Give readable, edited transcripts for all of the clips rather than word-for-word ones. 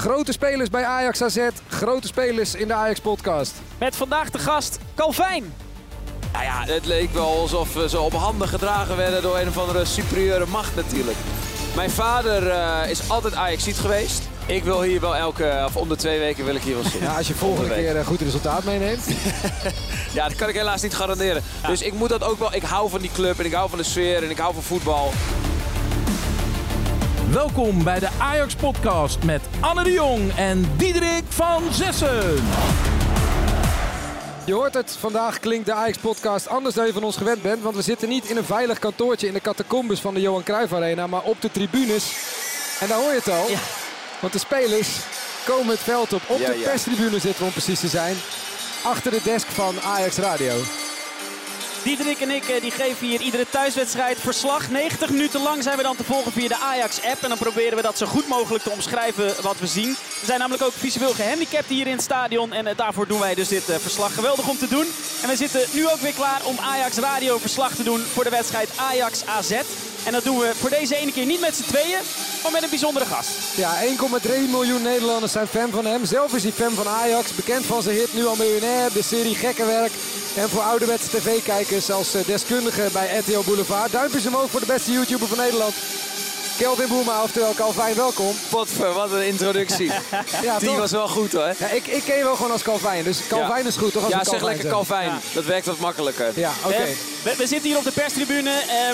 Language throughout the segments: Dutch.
Grote spelers bij Ajax AZ, grote spelers in de Ajax-podcast. Met vandaag de gast Calvijn. Nou ja, het leek wel alsof we zo op handen gedragen werden door een of andere superieure macht natuurlijk. Mijn vader is altijd Ajaxiet geweest. Ik wil hier wel om de 2 weken wil ik hier wel zitten. Ja, als je volgende keer een goed resultaat meeneemt. Ja, dat kan ik helaas niet garanderen. Ja. Dus ik moet dat ook wel. Ik hou van die club en ik hou van de sfeer en ik hou van voetbal. Welkom bij de Ajax-podcast met Anne de Jong en Diederik van Zessen. Je hoort het, vandaag klinkt de Ajax-podcast anders dan je van ons gewend bent. Want we zitten niet in een veilig kantoortje in de catacombes van de Johan Cruijff Arena, maar op de tribunes. En daar hoor je het al, ja. Want de spelers komen het veld op. Op de perstribune zitten we om precies te zijn. Achter de desk van Ajax Radio. Diederik en ik die geven hier iedere thuiswedstrijd verslag. 90 minuten lang zijn we dan te volgen via de Ajax-app. En dan proberen we dat zo goed mogelijk te omschrijven wat we zien. We zijn namelijk ook visueel gehandicapt hier in het stadion. En daarvoor doen wij dus dit verslag. Geweldig om te doen. En we zitten nu ook weer klaar om Ajax Radio verslag te doen voor de wedstrijd Ajax AZ. En dat doen we voor deze ene keer niet met z'n tweeën, maar met een bijzondere gast. Ja, 1,3 miljoen Nederlanders zijn fan van hem. Zelf is hij fan van Ajax. Bekend van zijn hit Nu al miljonair, de serie Gekkenwerk. En voor ouderwetse tv-kijkers als deskundige bij RTL Boulevard. Duimpjes omhoog voor de beste YouTuber van Nederland. Kelvin Bouma, oftewel Calvijn, welkom. Wat een introductie. Ja, die was wel goed hoor. Ja, ik ken je wel gewoon als Calvijn, dus Calvijn is goed toch? Als zeg lekker Calvijn. Ja. Dat werkt wat makkelijker. Ja, oké. We zitten hier op de perstribune.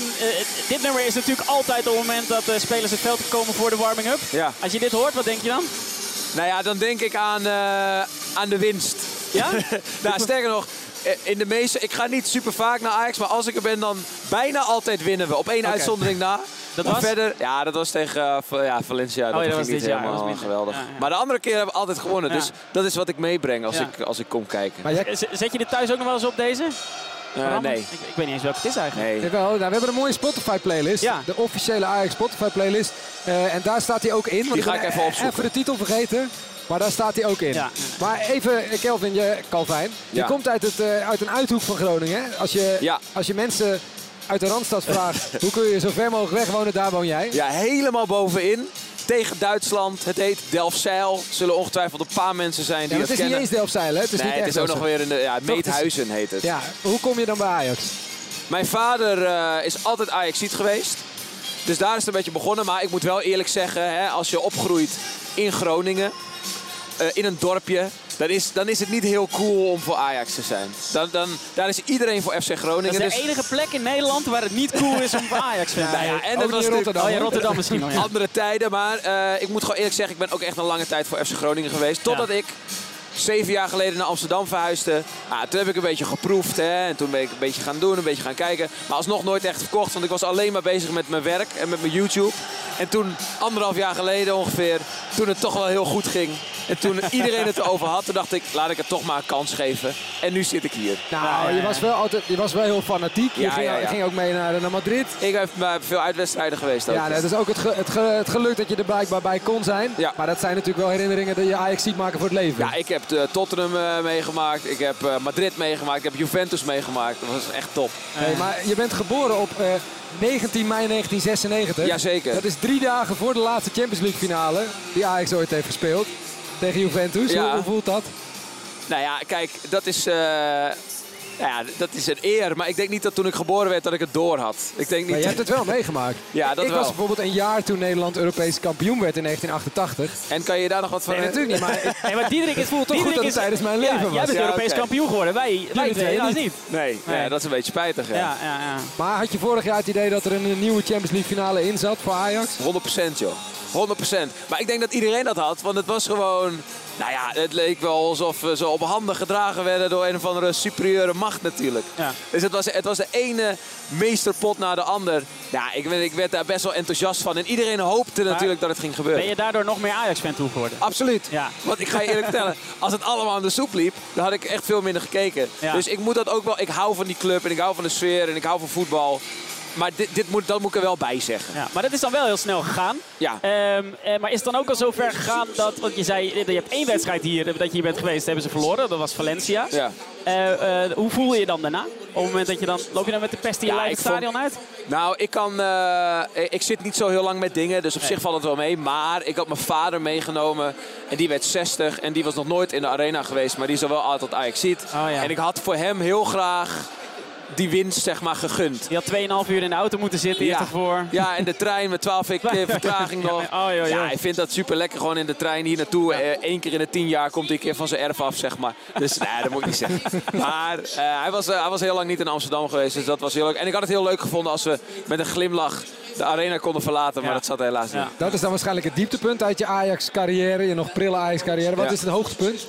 Dit nummer is natuurlijk altijd op het moment dat de spelers het veld komen voor de warming-up. Ja. Als je dit hoort, wat denk je dan? Nou ja, dan denk ik aan de winst. Ja? Nou, sterker nog. Ik ga niet super vaak naar Ajax, maar als ik er ben, dan bijna altijd winnen we. Op één uitzondering na. Dat was? Verder, ja, dat was tegen Valencia. Dat was niet helemaal geweldig. Ja, ja. Maar de andere keer hebben we altijd gewonnen. Ja. Dus dat is wat ik meebreng als ik kom kijken. Maar zet je dit thuis ook nog wel eens op deze? Nee. Ik weet niet eens welke het is eigenlijk. Nee. Jawel, we hebben een mooie Spotify-playlist. Ja. De officiële Ajax Spotify-playlist. En daar staat hij ook in. Want die ga ik even opzoeken. Even de titel vergeten. Maar daar staat hij ook in. Ja. Maar even, Calvijn. Je komt uit een uithoek van Groningen. Als je mensen uit de Randstad vraagt, hoe kun je zo ver mogelijk weg wonen, daar woon jij. Ja, helemaal bovenin. Tegen Duitsland. Het heet Delfzijl. Zullen ongetwijfeld een paar mensen zijn die dat kennen. Het is niet eens Delfzijl, hè? Het is ook nog weer in de Meethuizen heet het. Ja, hoe kom je dan bij Ajax? Mijn vader is altijd Ajaxiet geweest. Dus daar is het een beetje begonnen. Maar ik moet wel eerlijk zeggen, als je opgroeit in Groningen, in een dorpje, dan is het niet heel cool om voor Ajax te zijn. Daar is iedereen voor FC Groningen. Dat is de enige plek in Nederland waar het niet cool is om voor Ajax te zijn. Ja, en dat was Rotterdam. Rotterdam misschien nog. Ja. Andere tijden, maar ik moet gewoon eerlijk zeggen, ik ben ook echt een lange tijd voor FC Groningen geweest. Totdat ik 7 jaar geleden naar Amsterdam verhuisde. Toen heb ik een beetje geproefd. En toen ben ik een beetje gaan doen, een beetje gaan kijken. Maar alsnog nooit echt verkocht. Want ik was alleen maar bezig met mijn werk en met mijn YouTube. En toen, 1,5 jaar geleden ongeveer, toen het toch wel heel goed ging. En toen iedereen het erover had, toen dacht ik, laat ik het toch maar een kans geven. En nu zit ik hier. Nou, je was wel heel fanatiek. Je ging ook mee naar Madrid. Ik heb veel uitwedstrijden geweest ook. Ja, dat is ook het geluk dat je er blijkbaar bij kon zijn. Ja. Maar dat zijn natuurlijk wel herinneringen die je Ajax ziet maken voor het leven. Ja, ik heb Tottenham meegemaakt. Ik heb Madrid meegemaakt. Ik heb Juventus meegemaakt. Dat was echt top. Hey, maar je bent geboren op 19 mei 1996. Jazeker. Dat is 3 dagen voor de laatste Champions League finale die Ajax ooit heeft gespeeld. Tegen Juventus. Ja. Hoe voelt dat? Nou ja, kijk, dat is een eer. Maar ik denk niet dat toen ik geboren werd dat ik het door had. Ik denk niet. Maar je hebt het wel meegemaakt. Ja, dat ik was bijvoorbeeld een jaar toen Nederland Europees kampioen werd in 1988. En kan je daar nog wat van... Nee, natuurlijk niet. Maar Diederik, het voelt toch goed dat het tijdens mijn leven was. Jij bent Europees kampioen geworden. Wij twee helaas niet. Nee, dat is een beetje spijtig. Ja. Maar had je vorig jaar het idee dat er een nieuwe Champions League finale in zat voor Ajax? 100% joh. 100%. Maar ik denk dat iedereen dat had. Want het was gewoon... Nou ja, het leek wel alsof we zo op handen gedragen werden door een of andere superieure macht natuurlijk. Ja. Dus het was de ene meesterpot na de ander. Ja, ik werd daar best wel enthousiast van. En iedereen hoopte natuurlijk dat het ging gebeuren. Ben je daardoor nog meer Ajax-fan toe geworden? Absoluut. Ja. Want ik ga je eerlijk vertellen, als het allemaal aan de soep liep, dan had ik echt veel minder gekeken. Ja. Dus ik moet dat ook wel... Ik hou van die club en ik hou van de sfeer en ik hou van voetbal. Maar dat moet ik er wel bij zeggen. Ja, maar dat is dan wel heel snel gegaan. Ja. Maar is het dan ook al zo ver gegaan dat... Want je zei, je hebt 1 wedstrijd hier dat je hier bent geweest, hebben ze verloren. Dat was Valencia. Ja. Hoe voel je je dan daarna? Op het moment dat je dan... Loop je dan met de pest in je lijf het stadion uit? Nou, ik zit niet zo heel lang met dingen, dus op zich valt het wel mee. Maar ik had mijn vader meegenomen en die werd 60 en die was nog nooit in de arena geweest. Maar die is al wel altijd Ajaxiet. Oh, ja. En ik had voor hem heel graag die winst, zeg maar, gegund. Je had 2,5 uur in de auto moeten zitten eerst ervoor. Ja, en de trein met 12 weken vertraging nog. Ja, hij vindt dat super lekker gewoon in de trein hier naartoe. 1 keer in de 10 jaar komt hij een keer van zijn erf af, zeg maar. Dus nee, dat moet ik niet zeggen. Maar hij was heel lang niet in Amsterdam geweest, dus dat was heel leuk. En ik had het heel leuk gevonden als we met een glimlach de arena konden verlaten, maar dat zat helaas niet. Dat is dan waarschijnlijk het dieptepunt uit je Ajax-carrière, je nog prille Ajax-carrière. Wat is het hoogtepunt?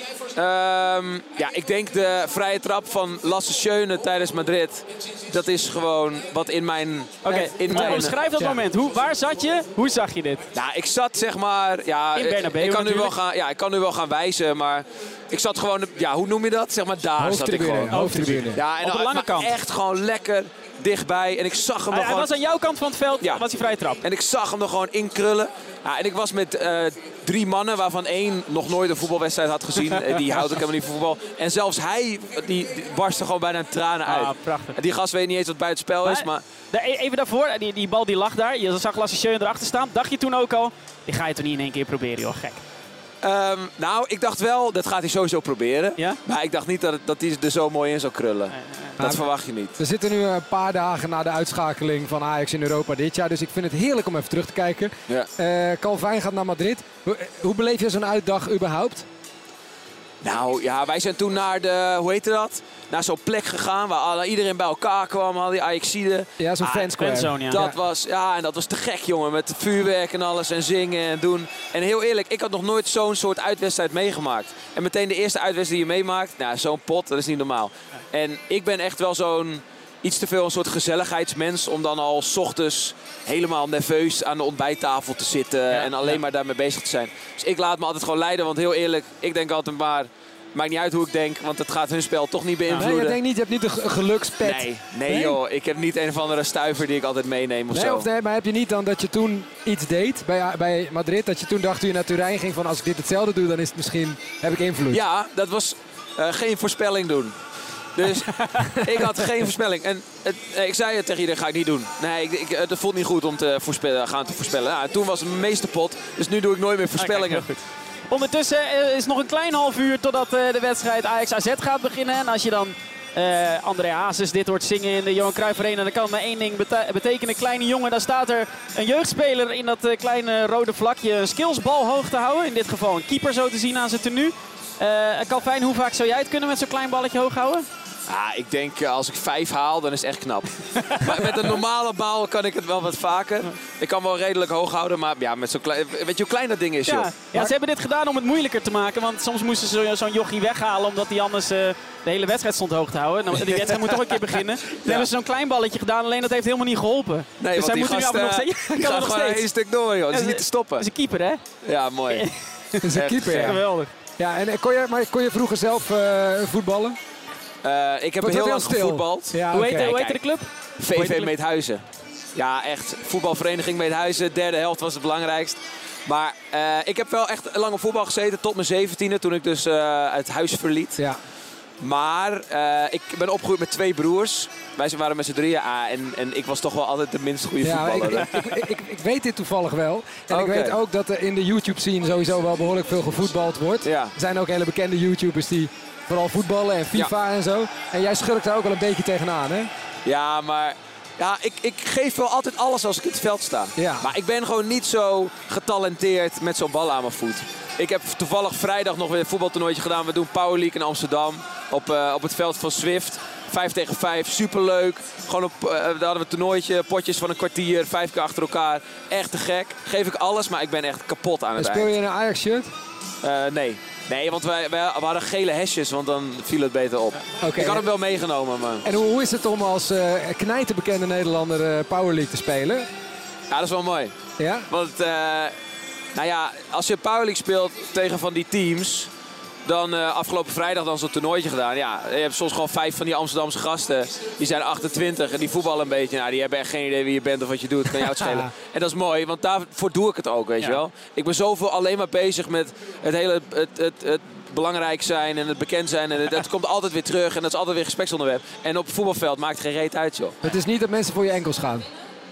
Ik denk de vrije trap van Lasse Schöne tijdens Madrid. Dat is gewoon wat in mijn... Omschrijf dat moment. Waar zat je? Hoe zag je dit? Nou, ik zat zeg maar... Ja, in Bernabeu ik kan nu wel gaan wijzen, maar... Ik zat gewoon... Ja, hoe noem je dat? Zeg maar daar zat ik gewoon. Hoofdtribune. Ja, en op de lange kant. Echt gewoon lekker dichtbij. En ik zag hem Hij was aan jouw kant van het veld, was hij vrije trap. En ik zag hem er gewoon inkrullen. Ja, en ik was met 3 mannen, waarvan 1 nog nooit een voetbalwedstrijd had gezien. Die houdt ook helemaal niet van voetbal. En zelfs hij, die barstte gewoon bijna tranen uit. Prachtig. Die gast weet niet eens wat buitenspel is. Maar... Even daarvoor, die bal die lag daar. Je zag Lasse Schöne erachter staan. Dacht je toen ook al, die ga je toch niet in 1 keer proberen, joh, gek. Nou, ik dacht wel, dat gaat hij sowieso proberen. Ja? Maar ik dacht niet dat hij er zo mooi in zou krullen. Dat verwacht je niet. We zitten nu een paar dagen na de uitschakeling van Ajax in Europa dit jaar. Dus ik vind het heerlijk om even terug te kijken. Ja. Calvin gaat naar Madrid. Hoe beleef je zo'n uitdag überhaupt? Nou ja, wij zijn toen naar de, hoe heette dat? Naar zo'n plek gegaan waar iedereen bij elkaar kwam, al die Ajaxiden. Ja, zo'n fansquare. Dat was te gek, jongen. Met vuurwerk en alles en zingen en doen. En heel eerlijk, ik had nog nooit zo'n soort uitwedstrijd meegemaakt. En meteen de eerste uitwedstrijd die je meemaakt, nou, zo'n pot, dat is niet normaal. En ik ben echt wel iets te veel een soort gezelligheidsmens om dan al 's ochtends helemaal nerveus aan de ontbijttafel te zitten en alleen maar daarmee bezig te zijn. Dus ik laat me altijd gewoon leiden, want heel eerlijk, ik denk altijd maar... Maakt niet uit hoe ik denk, want het gaat hun spel toch niet beïnvloeden. Nee, ik denk niet, je hebt niet een gelukspet. Nee joh, ik heb niet een of andere stuiver die ik altijd meeneem of zo. Maar heb je niet dan dat je toen iets deed bij Madrid, dat je toen dacht toen je naar Turijn ging van als ik dit hetzelfde doe, dan is het misschien, heb ik invloed. Ja, dat was geen voorspelling doen. Dus ik had geen voorspelling. En ik zei het tegen iedereen, ga ik niet doen. Nee, het voelt niet goed om te voorspellen. Ja, toen was het mijn meeste pot, dus nu doe ik nooit meer voorspellingen. Kijk, ondertussen is nog een klein half uur totdat de wedstrijd Ajax-AZ gaat beginnen. En als je dan André Hazes dit hoort zingen in de Johan Cruijff Arena, dan kan het maar één ding betekenen. Kleine jongen, daar staat er een jeugdspeler in dat kleine rode vlakje een skillsbal hoog te houden. In dit geval een keeper zo te zien aan zijn tenue. Calvin, hoe vaak zou jij het kunnen met zo'n klein balletje hoog houden? Ik denk als ik 5 haal, dan is het echt knap. Maar met een normale bal kan ik het wel wat vaker. Ik kan wel redelijk hoog houden, maar ja, met zo'n klein... Weet je hoe klein dat ding is, joh? Ja, ze hebben dit gedaan om het moeilijker te maken. Want soms moesten ze zo'n jochie weghalen, omdat hij anders de hele wedstrijd stond hoog te houden. Nou, die wedstrijd moet toch een keer beginnen. Dan hebben ze zo'n klein balletje gedaan, alleen dat heeft helemaal niet geholpen. Nee, dus want hij moet nu nog steeds... Die gaat gewoon 1 stuk door, joh. Dat is niet te stoppen. Dat is een keeper, hè? Ja, mooi. Dat is een keeper, ja. Geweldig. Ja, en kon je vroeger zelf voetballen? Ik heb heel lang gevoetbald. Ja, hoe heette de club? VV Meedhuizen. Ja, echt. Voetbalvereniging Meedhuizen. Derde helft was het belangrijkst. Maar ik heb wel echt lang op voetbal gezeten tot mijn 17e. Toen ik dus het huis verliet. Ja. Maar ik ben opgegroeid met 2 broers. Wij waren met z'n 3 en ik was toch wel altijd de minst goede voetballer. Ik weet dit toevallig wel. En ik weet ook dat er in de YouTube-scene sowieso wel behoorlijk veel gevoetbald wordt. Ja. Er zijn ook hele bekende YouTubers die vooral voetballen en FIFA en zo. En jij schurkt daar ook wel een beetje tegenaan, hè? Ja, maar... Ja, ik geef wel altijd alles als ik in het veld sta. Ja. Maar ik ben gewoon niet zo getalenteerd met zo'n bal aan mijn voet. Ik heb toevallig vrijdag nog weer een voetbaltoernooitje gedaan. We doen Power League in Amsterdam op het veld van Swift. 5 tegen 5, superleuk. Gewoon daar hadden we een toernooitje, potjes van een kwartier, 5 keer achter elkaar. Echt te gek. Geef ik alles, maar ik ben echt kapot aan het eind. Speel je in een Ajax-shirt? Nee. Nee, want we hadden gele hesjes, want dan viel het beter op. Ik had hem wel meegenomen. Maar... En hoe is het om als knijterbekende Nederlander Power League te spelen? Ja, dat is wel mooi. Ja? Want, als je Power League speelt tegen van die teams... dan afgelopen vrijdag dan zo'n toernooitje gedaan. Ja, je hebt soms gewoon 5 van die Amsterdamse gasten. Die zijn 28 en die voetballen een beetje. Nou, die hebben echt geen idee wie je bent of wat je doet. Kan jou het schelen. En dat is mooi, want daarvoor doe ik het ook, weet je wel. Ik ben zoveel alleen maar bezig met het hele... Het belangrijk zijn en het bekend zijn. En dat komt altijd weer terug en dat is altijd weer gespreksonderwerp. En op het voetbalveld maakt het geen reet uit, joh. Het is niet dat mensen voor je enkels gaan.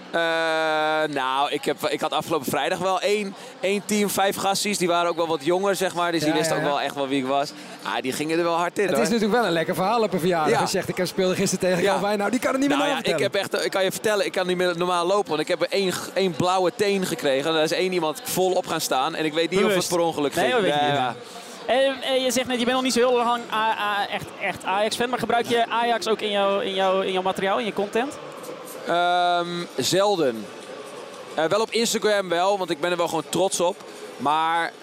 Nou, ik had afgelopen vrijdag wel één team, 5 gasties. Die waren ook wel wat jonger, zeg maar. Dus die wisten ook wel echt wel wie ik was. Die gingen er wel hard in, Het is natuurlijk wel een lekker verhaal op een verjaardag. Als je zegt, ik speelde gisteren tegen Calvijn. Nou, die kan het niet meer vertellen. Ik kan je vertellen, ik kan niet meer normaal lopen. Want ik heb één blauwe teen gekregen. En daar is 1 iemand vol op gaan staan. En ik weet niet of het per ongeluk ging. En je zegt net, je bent nog niet zo heel lang echt Ajax-fan. Maar gebruik je Ajax ook in jouw materiaal, in je content? Zelden. Wel op Instagram wel, want ik ben er wel gewoon trots op. Maar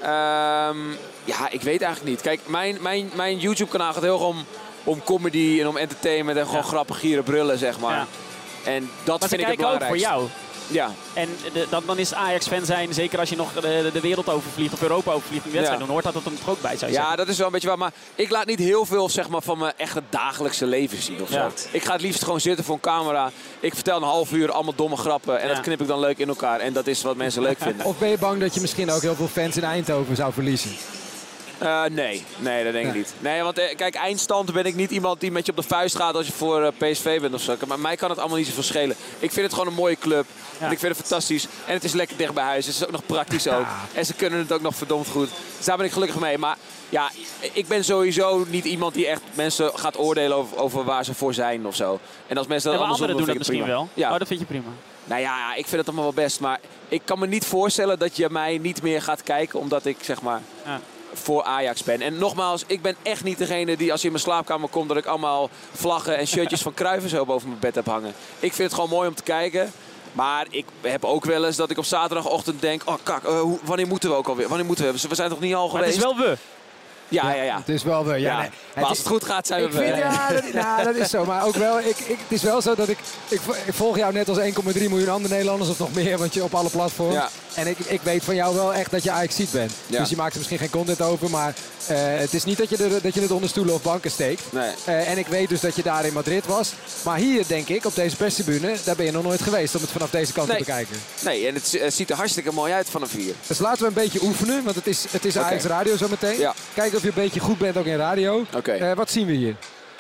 ik weet eigenlijk niet. Kijk, mijn YouTube-kanaal gaat heel erg om comedy en om entertainment en gewoon grappig gieren brullen, zeg maar. Ja. En dat vind ik het belangrijkste. Ook voor jou. Ja. En dan is Ajax-fan zijn, zeker als je nog de wereld overvliegt of Europa overvliegt in de wedstrijd, dan hoort dat er toch ook bij, zou je zeggen. Ja, dat is wel een beetje waar. Maar ik laat niet heel veel, zeg maar, van mijn echte dagelijkse leven zien of zo. Ik ga het liefst gewoon zitten voor een camera. Ik vertel een half uur allemaal domme grappen en dat knip ik dan leuk in elkaar. En dat is wat mensen leuk vinden. Of ben je bang dat je misschien ook heel veel fans in Eindhoven zou verliezen? Nee, dat denk ik niet. Nee, want kijk, eindstand ben ik niet iemand die met je op de vuist gaat als je voor PSV bent of zo. Maar mij kan het allemaal niet zoveel schelen. Ik vind het gewoon een mooie club. Ja. En ik vind het fantastisch. En het is lekker dicht bij huis. Het is ook nog praktisch ook. En ze kunnen het ook nog verdomd goed. Dus daar ben ik gelukkig mee. Maar ja, ik ben sowieso niet iemand die echt mensen gaat oordelen over waar ze voor zijn of zo. En als mensen dat anderen doen, dat misschien prima. wel. Ja. Oh, dat vind je prima. Nou ja, ik vind het allemaal wel best. Maar ik kan me niet voorstellen dat je mij niet meer gaat kijken omdat ik, zeg maar... Ja. voor Ajax ben. En nogmaals, ik ben echt niet degene die als je in mijn slaapkamer komt... dat ik allemaal vlaggen en shirtjes van Cruijff en zo boven mijn bed heb hangen. Ik vind het gewoon mooi om te kijken. Maar ik heb ook wel eens dat ik op zaterdagochtend denk... oh kak, wanneer moeten we ook alweer? Wanneer moeten we? We zijn toch niet al geweest? Het is wel we. Ja. Het is wel we. Ja, nee. Maar als het goed gaat, zijn we dat is zo. Maar ook wel, het is wel zo dat ik volg jou net als 1,3 miljoen andere Nederlanders of nog meer. Want je op alle platforms. Ja. En ik weet van jou wel echt dat je Ajax-ziet bent. Ja. Dus je maakt er misschien geen content over. Maar het is niet dat je het onder stoelen of banken steekt. Nee. En ik weet dus dat je daar in Madrid was. Maar hier, denk ik, op deze perstribune, daar ben je nog nooit geweest om het vanaf deze kant te bekijken. Nee, en het ziet er hartstikke mooi uit vanaf hier. Dus laten we een beetje oefenen, want het is Ajax Radio zo meteen. Ja. Kijken of je een beetje goed bent ook in radio. Wat zien we hier?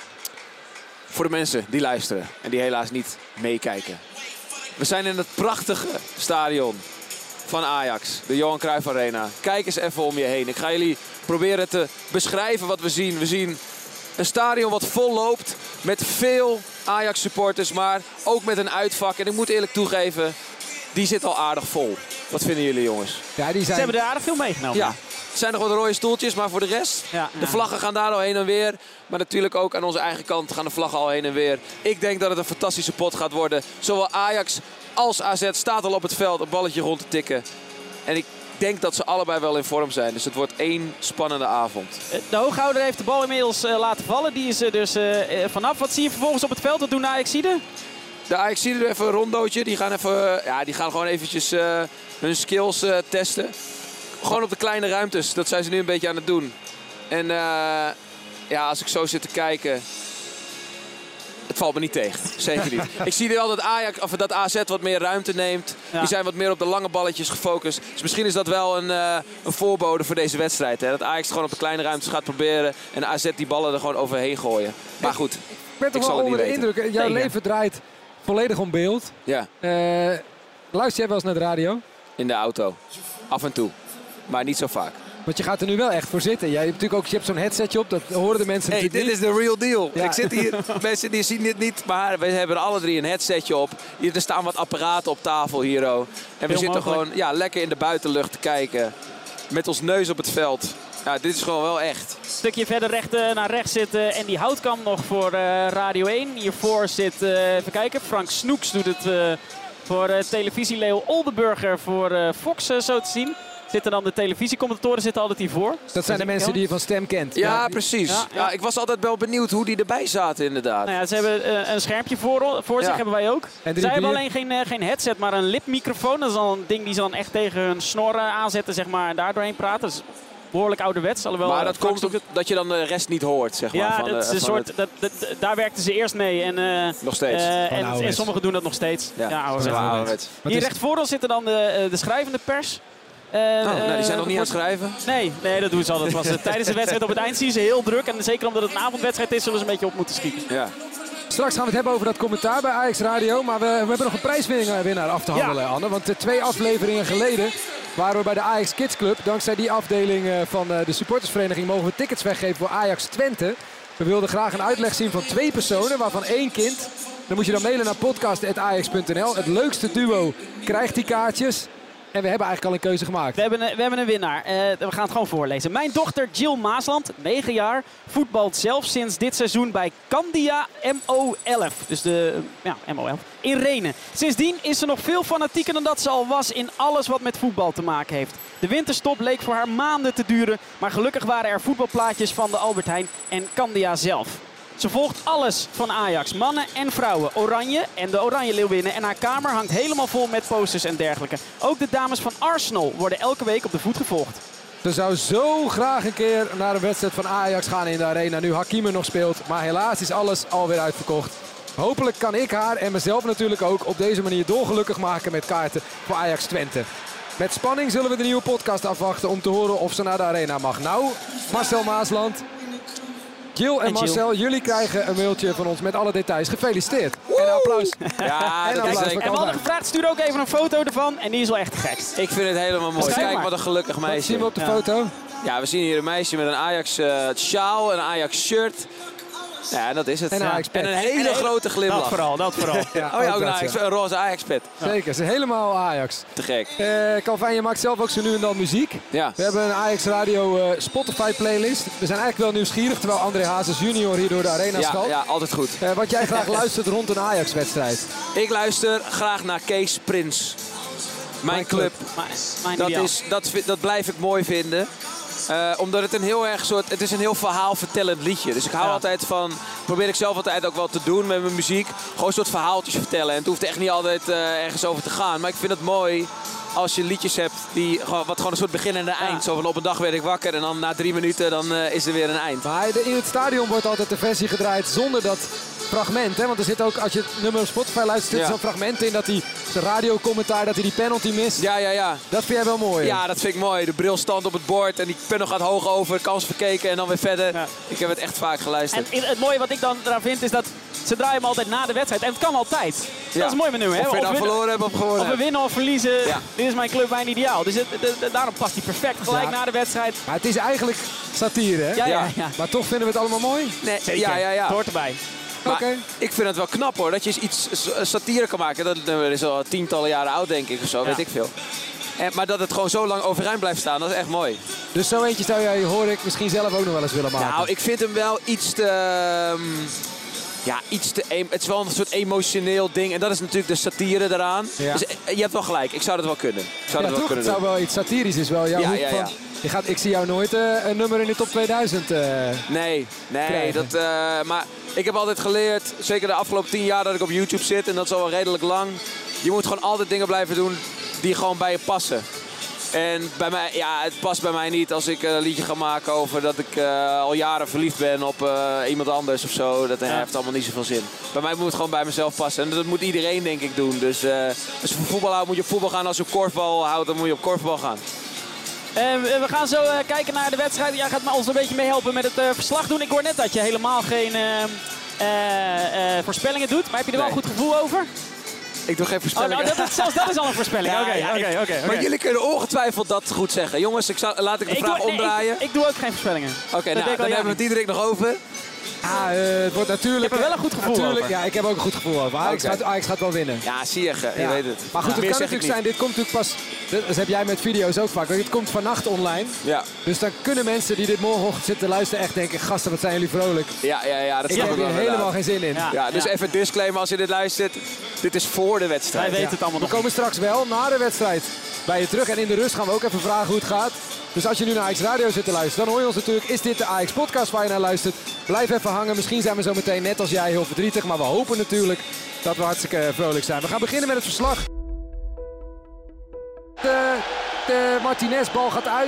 Voor de mensen die luisteren en die helaas niet meekijken. We zijn in het prachtige stadion van Ajax, de Johan Cruijff Arena. Kijk eens even om je heen. Ik ga jullie proberen te beschrijven wat we zien. We zien een stadion wat vol loopt met veel Ajax-supporters, maar ook met een uitvak. En ik moet eerlijk toegeven, die zit al aardig vol. Wat vinden jullie, jongens? Ja, Ze hebben er aardig veel meegenomen. Ja. Er zijn nog wat rode stoeltjes, maar voor de rest, de vlaggen gaan daar al heen en weer. Maar natuurlijk ook aan onze eigen kant gaan de vlaggen al heen en weer. Ik denk dat het een fantastische pot gaat worden. Zowel Ajax als AZ staat al op het veld een balletje rond te tikken. En ik denk dat ze allebei wel in vorm zijn. Dus het wordt 1 spannende avond. De hooghouder heeft de bal inmiddels laten vallen. Die is er dus vanaf. Wat zie je vervolgens op het veld? Wat doen de Ajaxiden? De Ajaxiden doen even een rondootje. Die gaan gewoon eventjes hun skills testen. Gewoon op de kleine ruimtes. Dat zijn ze nu een beetje aan het doen. En als ik zo zit te kijken... Het valt me niet tegen. Zeker niet. Ik zie wel dat AZ wat meer ruimte neemt. Ja. Die zijn wat meer op de lange balletjes gefocust. Dus misschien is dat wel een voorbode voor deze wedstrijd. Hè? Dat Ajax gewoon op de kleine ruimtes gaat proberen. En AZ die ballen er gewoon overheen gooien. Maar goed, ik ben toch wel onder de indruk. Jouw leven draait volledig om beeld. Ja. Luister jij wel eens naar de radio? In de auto. Af en toe. Maar niet zo vaak. Want je gaat er nu wel echt voor zitten. Je hebt zo'n headsetje op, dat horen de mensen natuurlijk niet. Dit is de real deal. Ja. Ik zit hier, mensen die zien dit niet, maar we hebben alle 3 een headsetje op. Er staan wat apparaten op tafel hier. En we zitten gewoon lekker in de buitenlucht te kijken. Met ons neus op het veld. Ja, dit is gewoon wel echt. Een stukje verder naar rechts zit en die Houtkamp nog voor Radio 1. Hiervoor zit, even kijken, Frank Snoeks doet het voor televisie. Leo Oldenburger voor Fox zo te zien. Zitten dan de televisiecommentatoren zitten altijd hiervoor. Dat zijn de mensen die je van stem kent. Ja, precies. Ja, ik was altijd wel benieuwd hoe die erbij zaten inderdaad. Nou ja, ze hebben een schermpje voor zich, hebben wij ook. Zij hebben alleen geen headset, maar een lipmicrofoon. Dat is al een ding die ze dan echt tegen hun snor aanzetten, zeg maar, en daar doorheen praten. Dus behoorlijk ouderwets. Alhoewel, Maar dat komt dat je dan de rest niet hoort, zeg maar. Ja, dat is een soort, daar werkten ze eerst mee. En, nog steeds. En sommigen doen dat nog steeds. Ja, ouderwets. Hier recht voor ons zitten dan de schrijvende pers. Die zijn nog niet aan het schrijven? Nee, dat doen ze al. Dat was tijdens de wedstrijd op het eind zien ze heel druk. En zeker omdat het een avondwedstrijd is, zullen ze een beetje op moeten schieten. Ja. Straks gaan we het hebben over dat commentaar bij Ajax Radio. Maar we hebben nog een prijswinnaar af te handelen, Anne. Want 2 afleveringen geleden waren we bij de Ajax Kids Club. Dankzij die afdeling van de supportersvereniging mogen we tickets weggeven voor Ajax Twente. We wilden graag een uitleg zien van 2 personen, waarvan 1 kind. Dan moet je dan mailen naar podcast@ajax.nl. Het leukste duo krijgt die kaartjes. En we hebben eigenlijk al een keuze gemaakt. We hebben een winnaar. We gaan het gewoon voorlezen. Mijn dochter Jill Maasland, 9 jaar, voetbalt zelf sinds dit seizoen bij Candia MO11. Dus de MO11. In Renen. Sindsdien is ze nog veel fanatieker dan dat ze al was in alles wat met voetbal te maken heeft. De winterstop leek voor haar maanden te duren. Maar gelukkig waren er voetbalplaatjes van de Albert Heijn en Candia zelf. Ze volgt alles van Ajax, mannen en vrouwen, Oranje en de Oranje Leeuwinnen. En haar kamer hangt helemaal vol met posters en dergelijke. Ook de dames van Arsenal worden elke week op de voet gevolgd. Ze zou zo graag een keer naar een wedstrijd van Ajax gaan in de arena, nu Hakim er nog speelt. Maar helaas is alles alweer uitverkocht. Hopelijk kan ik haar en mezelf natuurlijk ook op deze manier dolgelukkig maken met kaarten voor Ajax Twente. Met spanning zullen we de nieuwe podcast afwachten om te horen of ze naar de arena mag. Nou, Marcel Maasland, Jill en Marcel, jullie krijgen een mailtje van ons met alle details. Gefeliciteerd. En een applaus. Ja, en applaus. En we hadden gevraagd, stuur ook even een foto ervan. En die is wel echt gek. Ik vind het helemaal mooi. Kijk wat een gelukkig meisje. Wat zien we op de foto? Ja, we zien hier een meisje met een Ajax sjaal, een Ajax shirt. Ja, dat is het. En een hele grote glimlach. Dat vooral. Een roze Ajax-pet. Zeker, ze is helemaal Ajax. Te gek. Calvin, je maakt zelf ook zo nu en dan muziek. Ja. We hebben een Ajax Radio Spotify playlist. We zijn eigenlijk wel nieuwsgierig, terwijl André Hazes junior hier door de arena schalkt. Ja, altijd goed. Wat jij graag luistert rond een Ajax-wedstrijd. Ik luister graag naar Kees Prins. Mijn club. Dat blijf ik mooi vinden. Omdat het een heel erg het is een heel verhaalvertellend liedje. Dus ik hou altijd van, probeer ik zelf altijd ook wel te doen met mijn muziek. Gewoon een soort verhaaltjes vertellen. En het hoeft echt niet altijd ergens over te gaan. Maar ik vind het mooi als je liedjes hebt wat gewoon een soort begin en een eind. Zo van op een dag werd ik wakker en dan na 3 minuten dan is er weer een eind. Maar in het stadion wordt altijd de versie gedraaid zonder dat fragment. Hè? Want er zit ook, als je het nummer op Spotify luistert, zo'n fragment in dat hij zijn radiocommentaar, dat hij die penalty mist. Ja. Dat vind jij wel mooi. Ja, dat vind ik mooi. De bril stand op het bord en die penal gaat hoog over, kans verkeken en dan weer verder. Ja. Ik heb het echt vaak geluisterd. En het mooie wat ik dan eraan vind is dat ze draaien hem altijd na de wedstrijd. En het kan altijd. Dat is mooi met nu. Of je dan verloren hebt of gewonnen. Of we winnen of verliezen. Ja. Dit is mijn club, mijn ideaal. Dus daarom past hij perfect gelijk na de wedstrijd. Maar het is eigenlijk satire, hè? Ja. Maar toch vinden we het allemaal mooi? Nee, zeker. Ja. Het hoort erbij. Ik vind het wel knap hoor, dat je iets satire kan maken. Dat is al tientallen jaren oud denk ik of zo, weet ik veel. Maar dat het gewoon zo lang overeind blijft staan, dat is echt mooi. Dus zo eentje zou jij, hoor ik, misschien zelf ook nog wel eens willen maken? Nou, ik vind hem wel iets te... het is wel een soort emotioneel ding. En dat is natuurlijk de satire eraan. Ja. Dus je hebt wel gelijk, ik zou dat wel kunnen. Het zou wel iets satirisch is wel jouw hoek van... Ik zie jou nooit een nummer in de top 2000 Nee, maar ik heb altijd geleerd, zeker de afgelopen 10 jaar dat ik op YouTube zit, en dat is al wel redelijk lang. Je moet gewoon altijd dingen blijven doen die gewoon bij je passen. En bij mij, het past bij mij niet als ik een liedje ga maken over dat ik al jaren verliefd ben op iemand anders of zo. Dat heeft allemaal niet zoveel zin. Bij mij moet het gewoon bij mezelf passen. En dat moet iedereen denk ik doen. Dus als je van voetbal houdt, moet je op voetbal gaan. Als je op korfbal houdt, dan moet je op korfbal gaan. We gaan zo kijken naar de wedstrijd. Jij gaat ons een beetje meehelpen met het verslag doen. Ik hoor net dat je helemaal geen voorspellingen doet. Maar heb je er wel een goed gevoel over? Ik doe geen voorspellingen. Zelfs dat is al een voorspelling. Oké. Maar jullie kunnen ongetwijfeld dat goed zeggen. Jongens, laat ik de vraag omdraaien. Ik doe ook geen voorspellingen. Oké, dan hebben we het Diederik nog over. Het wordt natuurlijk... Ik heb er wel een goed gevoel over. Ja, ik heb ook een goed gevoel over. Ajax gaat wel winnen. Ja, zie je weet het. Maar goed, het kan natuurlijk zijn, dit komt natuurlijk pas... Dat heb jij met video's ook vaak. Dit komt vannacht online. Ja. Dus dan kunnen mensen die dit morgenochtend zitten luisteren echt denken... Gasten, wat zijn jullie vrolijk. Ja, dat ik heb hier helemaal geen zin in. Ja, dus even disclaimer als je dit luistert. Dit is voor de wedstrijd. Wij weten het allemaal nog. We komen straks wel na de wedstrijd bij je terug. En in de rust gaan we ook even vragen hoe het gaat. Dus als je nu naar Ajax Radio zit te luisteren, dan hoor je ons natuurlijk. Is dit de Ajax podcast waar je naar luistert? Blijf even hangen. Misschien zijn we zo meteen net als jij heel verdrietig. Maar we hopen natuurlijk dat we hartstikke vrolijk zijn. We gaan beginnen met het verslag. De Martinez bal gaat uit.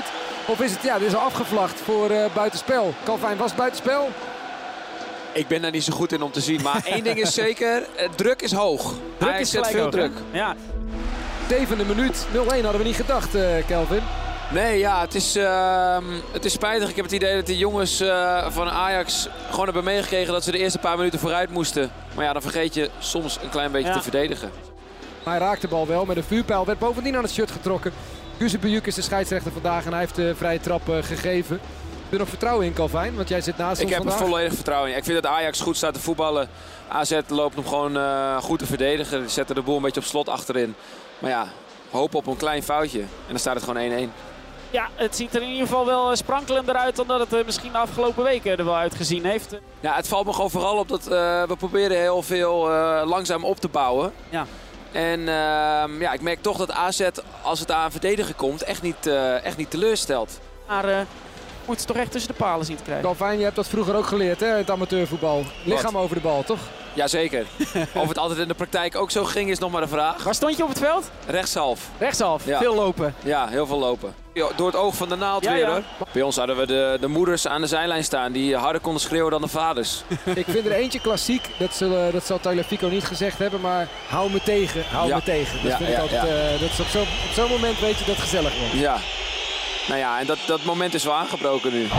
Of is het, dit is al afgevlacht voor buitenspel. Calvijn, was het buitenspel? Ik ben daar niet zo goed in om te zien. Maar één ding is zeker, druk is hoog. Druk Hij is zet gelijk veel ook, druk. hè? Ja. 7e minuut, 0-1 hadden we niet gedacht, Kelvin. Nee, ja, het is spijtig. Ik heb het idee dat die jongens van Ajax gewoon hebben meegekregen dat ze de eerste paar minuten vooruit moesten. Maar ja, dan vergeet je soms een klein beetje te verdedigen. Hij raakt de bal wel met een vuurpijl. Werd bovendien aan het shirt getrokken. Kuzebujuk is de scheidsrechter vandaag en hij heeft de vrije trap gegeven. Heb je er nog vertrouwen in, Calvijn? Want jij zit naast ons vandaag. Ik heb er volledig vertrouwen in. Ik vind dat Ajax goed staat te voetballen. AZ loopt hem gewoon goed te verdedigen. Die zetten de boel een beetje op slot achterin. Maar ja, hoop op een klein foutje. En dan staat het gewoon 1-1. Ja, het ziet er in ieder geval wel sprankelender uit dan dat het misschien de afgelopen weken er wel uitgezien heeft. Ja, het valt me gewoon vooral op dat we proberen heel veel langzaam op te bouwen. Ja. En ik merk toch dat AZ, als het aan verdedigen komt, echt niet teleurstelt. Maar moet ze toch echt tussen de palen zien te krijgen. Calvijn, je hebt dat vroeger ook geleerd, hè, in het amateurvoetbal. Lichaam over de bal, toch? Jazeker. Of het altijd in de praktijk ook zo ging, is nog maar de vraag. Waar stond je op het veld? Rechtshalf. Rechtshalf, Ja. veel lopen. Ja, heel veel lopen. Door het oog van de naald Ja, weer, ja. hoor. Bij ons hadden we de moeders aan de zijlijn staan die harder konden schreeuwen dan de vaders. Ik vind er eentje klassiek. Dat zal Tagliafico niet gezegd hebben, maar hou me tegen, hou me tegen. Dat vind ik altijd, dat is op zo'n moment weet je dat het gezellig wordt. Ja. Nou ja, en dat moment is wel aangebroken nu.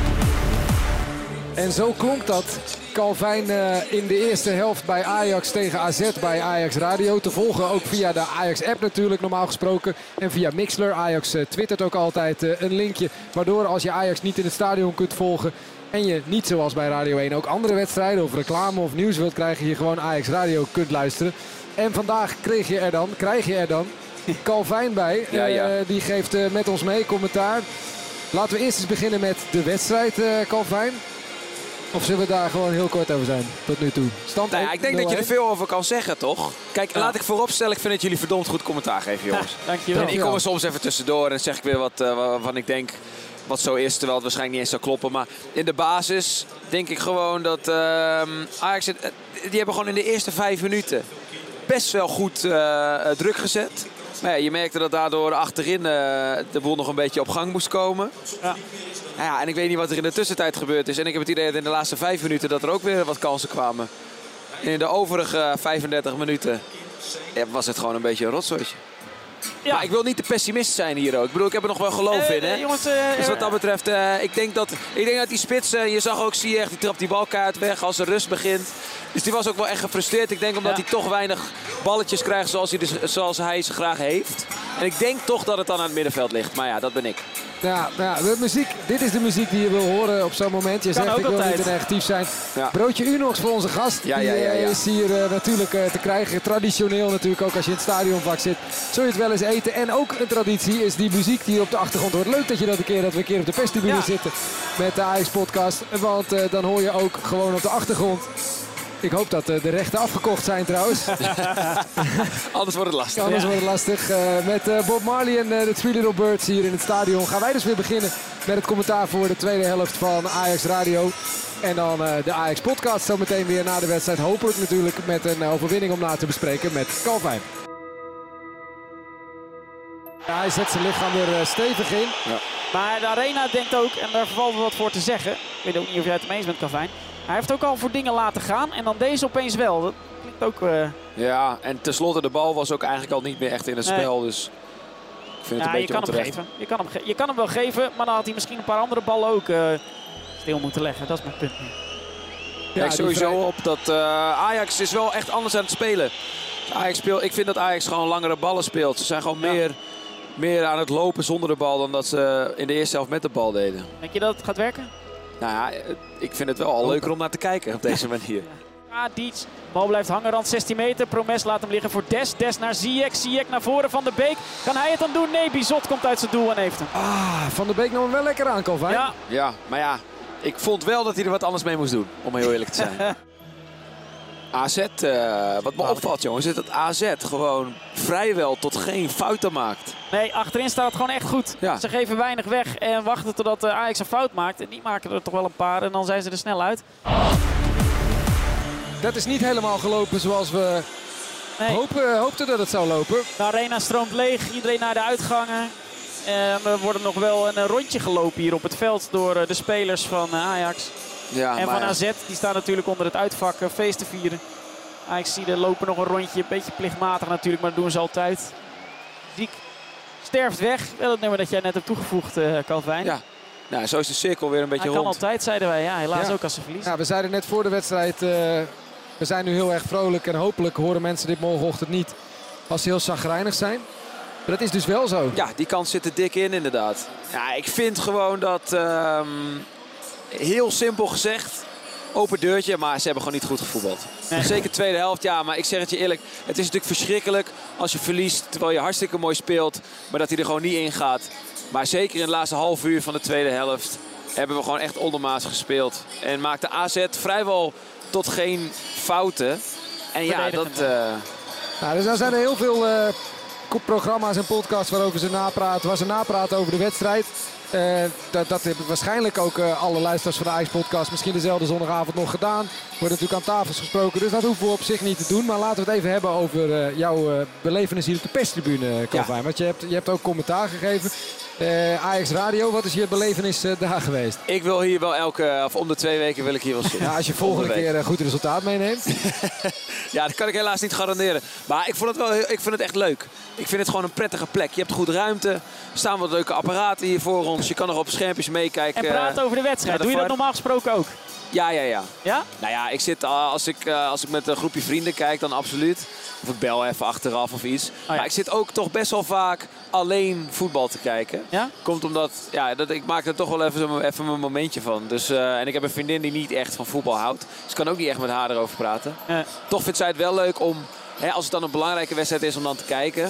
En zo klonk dat. Calvijn in de eerste helft bij Ajax tegen AZ bij Ajax Radio. Te volgen ook via de Ajax-app natuurlijk normaal gesproken. En via Mixler. Ajax twittert ook altijd een linkje. Waardoor als je Ajax niet in het stadion kunt volgen... en je niet zoals bij Radio 1 ook andere wedstrijden of reclame of nieuws wilt krijgen... je gewoon Ajax Radio kunt luisteren. En vandaag krijg je er dan Calvijn bij. Die geeft met ons mee commentaar. Laten we eerst eens beginnen met de wedstrijd, Calvijn. Of zullen we daar gewoon heel kort over zijn tot nu toe? Stand Nou ja, ik denk dat je er veel over kan zeggen, toch? Kijk, laat ik vooropstellen, ik vind dat jullie verdomd goed commentaar geven, jongens. Dankjewel. En ik kom er soms even tussendoor en zeg ik weer wat waarvan ik denk wat zo is, terwijl het waarschijnlijk niet eens zou kloppen. Maar in de basis denk ik gewoon dat Ajax, die hebben gewoon in de eerste 5 minuten best wel goed druk gezet. Maar ja, je merkte dat daardoor achterin de boel nog een beetje op gang moest komen. Ja. Ja, en ik weet niet wat er in de tussentijd gebeurd is. En ik heb het idee dat in de laatste 5 minuten dat er ook weer wat kansen kwamen. En in de overige 35 minuten was het gewoon een beetje een rotzooitje. Ja. Maar ik wil niet de pessimist zijn hier ook. Ik bedoel, ik heb er nog wel geloof in. Hè? Jongens, dus wat dat betreft, ik denk dat die spits, je zag ook Ziyech, die trapt die bal keihard weg als de rust begint. Dus die was ook wel echt gefrustreerd. Ik denk omdat hij toch weinig balletjes krijgt zoals hij ze graag heeft. En ik denk toch dat het dan aan het middenveld ligt. Maar ja, dat ben ik. Ja, de muziek, dit is de muziek die je wil horen op zo'n moment. Je zegt, ik wil niet te negatief zijn. Ja. Broodje Unox voor onze gast. Die is hier natuurlijk te krijgen. Traditioneel natuurlijk ook als je in het stadionvak zit. Zul je het wel eens eten. En ook een traditie is die muziek die op de achtergrond hoort. Leuk dat we een keer op de perstribune zitten met de Ajax podcast. Want dan hoor je ook gewoon op de achtergrond. Ik hoop dat de rechten afgekocht zijn trouwens. Anders wordt het lastig. Met Bob Marley en de Three Little Birds hier in het stadion gaan wij dus weer beginnen met het commentaar voor de tweede helft van Ajax Radio. En dan de Ajax podcast zo meteen weer na de wedstrijd. Hopelijk natuurlijk met een overwinning om na te bespreken met Calvijn. Ja, hij zet zijn lichaam er stevig in. Ja. Maar de Arena denkt ook, en daar valt wel wat voor te zeggen. Ik weet ook niet of jij het ermee eens bent, Calvijn. Hij heeft ook al voor dingen laten gaan en dan deze opeens wel. Dat klinkt ook... Ja, en tenslotte de bal was ook eigenlijk al niet meer echt in het spel. Dus ik vind het een beetje onterecht. Je kan hem wel geven, maar dan had hij misschien een paar andere ballen ook stil moeten leggen. Dat is mijn punt. Kijk sowieso op dat Ajax is wel echt anders aan het spelen. Ik vind dat Ajax gewoon langere ballen speelt. Ze zijn gewoon meer aan het lopen zonder de bal dan dat ze in de eerste helft met de bal deden. Denk je dat het gaat werken? Nou ja, ik vind het wel al leuker om naar te kijken op deze manier. Ja, Dietz. Bal blijft hangen, rand 16 meter. Promes laat hem liggen voor Des. Des naar Ziyech. Ziyech naar voren, Van der Beek. Kan hij het dan doen? Nee, Bizot komt uit zijn doel en heeft hem. Van der Beek nam hem wel lekker aan, Calvijn. Ja, maar ja, ik vond wel dat hij er wat anders mee moest doen, om heel eerlijk te zijn. AZ, wat me opvalt jongens, is dat AZ gewoon vrijwel tot geen fouten maakt. Nee, achterin staat het gewoon echt goed. Ja. Ze geven weinig weg en wachten totdat Ajax een fout maakt. En die maken er toch wel een paar en dan zijn ze er snel uit. Dat is niet helemaal gelopen zoals we hoopten dat het zou lopen. De Arena stroomt leeg, iedereen naar de uitgangen. Er wordt nog wel een rondje gelopen hier op het veld door de spelers van Ajax. Ja, en maar van AZ, die staan natuurlijk onder het uitvak feest te vieren. Ajax zie er lopen nog een rondje, een beetje plichtmatig natuurlijk, maar dat doen ze altijd. Ziek sterft weg. Wel het nummer dat jij net hebt toegevoegd, Calvijn. Ja, nou, zo is de cirkel weer een beetje Hij rond. kan altijd, zeiden wij. Ja, helaas ook als ze verliezen. Ja, we zeiden net voor de wedstrijd, we zijn nu heel erg vrolijk. En hopelijk horen mensen dit morgenochtend niet als ze heel chagrijnig zijn. Maar dat is dus wel zo. Ja, die kans zit er dik in inderdaad. Ja, ik vind gewoon dat, heel simpel gezegd, open deurtje, maar ze hebben gewoon niet goed gevoetbald. Nee. Zeker tweede helft, ja, maar ik zeg het je eerlijk, het is natuurlijk verschrikkelijk als je verliest terwijl je hartstikke mooi speelt, maar dat hij er gewoon niet in gaat. Maar zeker in het laatste half uur van de tweede helft hebben we gewoon echt ondermaats gespeeld. En maakte AZ vrijwel tot geen fouten. En ja, dat... Nou, dus zijn er heel veel programma's en podcasts waar ze napraten over de wedstrijd. Dat hebben waarschijnlijk ook alle luisteraars van de Ajax-podcast misschien dezelfde zondagavond nog gedaan. Wordt natuurlijk aan tafels gesproken, dus dat hoeven we op zich niet te doen. Maar laten we het even hebben over jouw belevenis hier op de perstribune, Calvijn. Ja. Want je hebt ook commentaar gegeven. Ajax Radio, wat is je belevenis daar geweest? Ik wil hier wel om de 2 weken wil ik hier wel zitten. Ja, als je volgende keer een goed resultaat meeneemt. Ja, dat kan ik helaas niet garanderen. Maar ik vind het echt leuk. Ik vind het gewoon een prettige plek. Je hebt goed ruimte. Er staan wat leuke apparaten hier voor ons. Je kan nog op schermpjes meekijken. En praten over de wedstrijd. Doe je dat normaal gesproken ook? Ja. Ja? Nou ja, ik zit als ik met een groepje vrienden kijk, dan absoluut. Of ik bel even achteraf of iets. Oh ja. Maar ik zit ook toch best wel vaak alleen voetbal te kijken. Ja? Komt omdat, ik maak er toch wel even mijn momentje van. Dus, en ik heb een vriendin die niet echt van voetbal houdt. Dus ik kan ook niet echt met haar erover praten. Ja. Toch vindt zij het wel leuk om, als het dan een belangrijke wedstrijd is, om dan te kijken.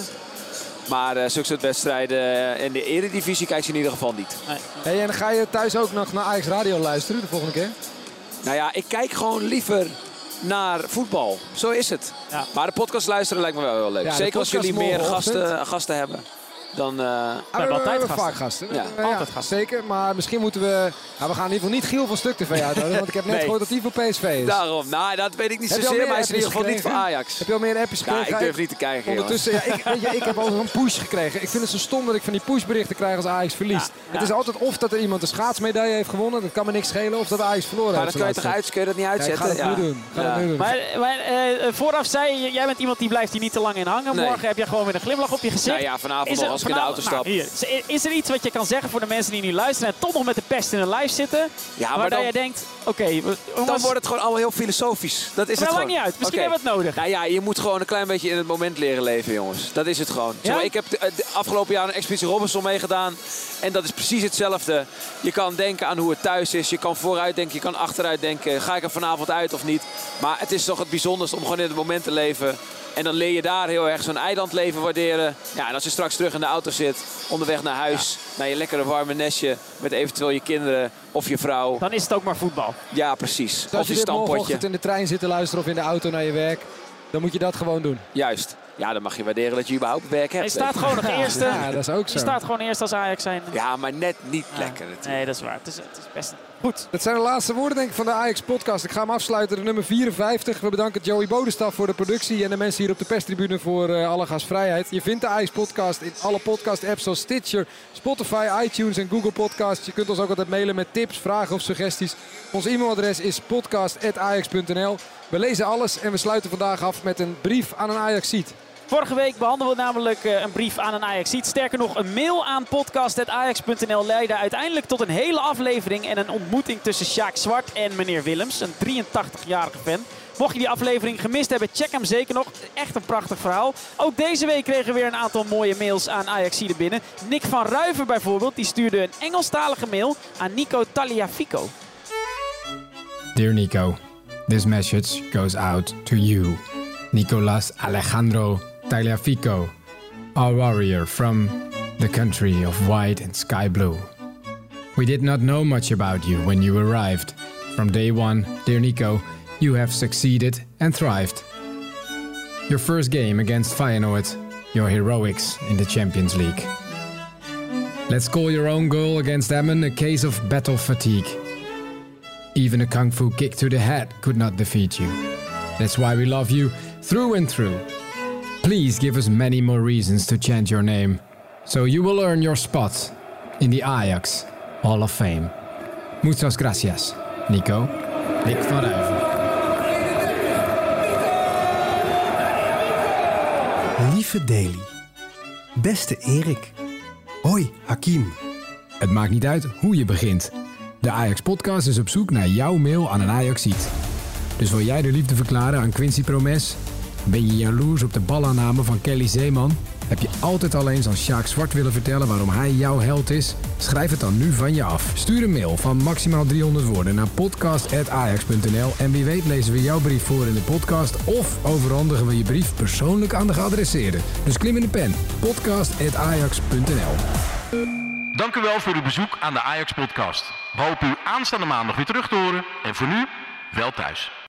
Maar zulke soort wedstrijden in de Eredivisie kijkt ze in ieder geval niet. Nee. Hey, en ga je thuis ook nog naar Ajax Radio luisteren de volgende keer? Nou ja, ik kijk gewoon liever naar voetbal. Zo is het. Ja. Maar de podcast luisteren lijkt me wel heel leuk. Ja, zeker als jullie meer gasten hebben. Dan, we hebben altijd vaak gasten. Ja. Altijd gasten. Zeker, maar misschien moeten we... Nou, we gaan in ieder geval niet Giel van Stuk TV uitnodigen. Want ik heb net gehoord dat hij voor PSV is. Daarom. Nou, dat weet ik niet zozeer. Maar hij is in ieder geval niet voor Ajax. Heb je al meer appjes gekregen? Ja, ik durf niet te kijken. Ondertussen, ik heb al een push gekregen. Ik vind het zo stom dat ik van die pushberichten krijg als Ajax verliest. Ja. Het is altijd of dat er iemand een schaatsmedaille heeft gewonnen. Dat kan me niks schelen. Of dat Ajax verloren heeft. Maar dat kan je dat niet uitzetten? Ja, ik ga het nu doen. Maar vooraf zei je, jij bent iemand die blijft hier niet te lang in hangen. Morgen heb je gewoon weer een glimlach op je gezicht. Ja, vanavond nog als ik in de auto stap. Is er iets wat je kan zeggen voor de mensen die nu luisteren en toch nog met de pest in de lijf zitten? Ja, maar jij denkt, dan wordt het gewoon allemaal heel filosofisch. Dat is het gewoon. Maakt niet uit. Misschien hebben we het nodig. Nou ja, je moet gewoon een klein beetje in het moment leren leven, jongens. Dat is het gewoon. Ja? Zo, ik heb de afgelopen jaar een Expeditie Robinson meegedaan. En dat is precies hetzelfde. Je kan denken aan hoe het thuis is. Je kan vooruit denken, je kan achteruit denken. Ga ik er vanavond uit of niet? Maar het is toch het bijzonderste om gewoon in het moment te leven. En dan leer je daar heel erg zo'n eilandleven waarderen. Ja, en als je straks terug in de auto zit, onderweg naar huis, naar je lekkere warme nestje met eventueel je kinderen of je vrouw. Dan is het ook maar voetbal. Ja, precies. Dus als je morgenochtend in de trein zit te luisteren of in de auto naar je werk, dan moet je dat gewoon doen. Juist. Ja, dan mag je waarderen dat je überhaupt werk hebt. Je staat gewoon nog eerste. Ja, dat is ook zo. Je staat gewoon eerst als Ajax zijn. Ja, maar net niet lekker natuurlijk. Nee, dat is waar. Het is best goed. Dat zijn de laatste woorden denk ik van de Ajax-podcast. Ik ga hem afsluiten, de nummer 54. We bedanken Joey Bodestaf voor de productie en de mensen hier op de perstribune voor alle gastvrijheid. Je vindt de Ajax-podcast in alle podcast-apps zoals Stitcher, Spotify, iTunes en Google Podcasts. Je kunt ons ook altijd mailen met tips, vragen of suggesties. Ons e-mailadres is podcast@ajax.nl. We lezen alles en we sluiten vandaag af met een brief aan een Ajaxiet. Vorige week behandelden we namelijk een brief aan een Ajaxiet. Sterker nog, een mail aan podcast@ajax.nl leidde uiteindelijk tot een hele aflevering en een ontmoeting tussen Sjaak Zwart en meneer Willems, een 83-jarige fan. Mocht je die aflevering gemist hebben, check hem zeker nog. Echt een prachtig verhaal. Ook deze week kregen we weer een aantal mooie mails aan Ajaxiden binnen. Nick van Ruiven bijvoorbeeld, die stuurde een Engelstalige mail aan Nico Tagliafico. Dear Nico, this message goes out to you. Nicolas Alejandro Tagliafico, our warrior from the country of white and sky blue. We did not know much about you when you arrived. From day one, dear Nico, you have succeeded and thrived. Your first game against Feyenoord, your heroics in the Champions League. Let's call your own goal against Emmen a case of battle fatigue. Even a kung fu kick to the head could not defeat you. That's why we love you through and through. Please give us many more reasons to chant your name. So you will earn your spot in the Ajax Hall of Fame. Muchas gracias, Nico. Nick van Rijven. Lieve Daily. Beste Erik. Hoi, Hakim. Het maakt niet uit hoe je begint. De Ajax-podcast is op zoek naar jouw mail aan een Ajaxiet. Dus wil jij de liefde verklaren aan Quincy Promes? Ben je jaloers op de balaanname van Kelly Zeeman? Heb je altijd al eens aan Sjaak Zwart willen vertellen waarom hij jouw held is? Schrijf het dan nu van je af. Stuur een mail van maximaal 300 woorden naar podcast@ajax.nl en wie weet lezen we jouw brief voor in de podcast of overhandigen we je brief persoonlijk aan de geadresseerde. Dus klim in de pen. podcast@ajax.nl. Dank u wel voor uw bezoek aan de Ajax podcast. We hopen u aanstaande maandag weer terug te horen en voor nu, wel thuis.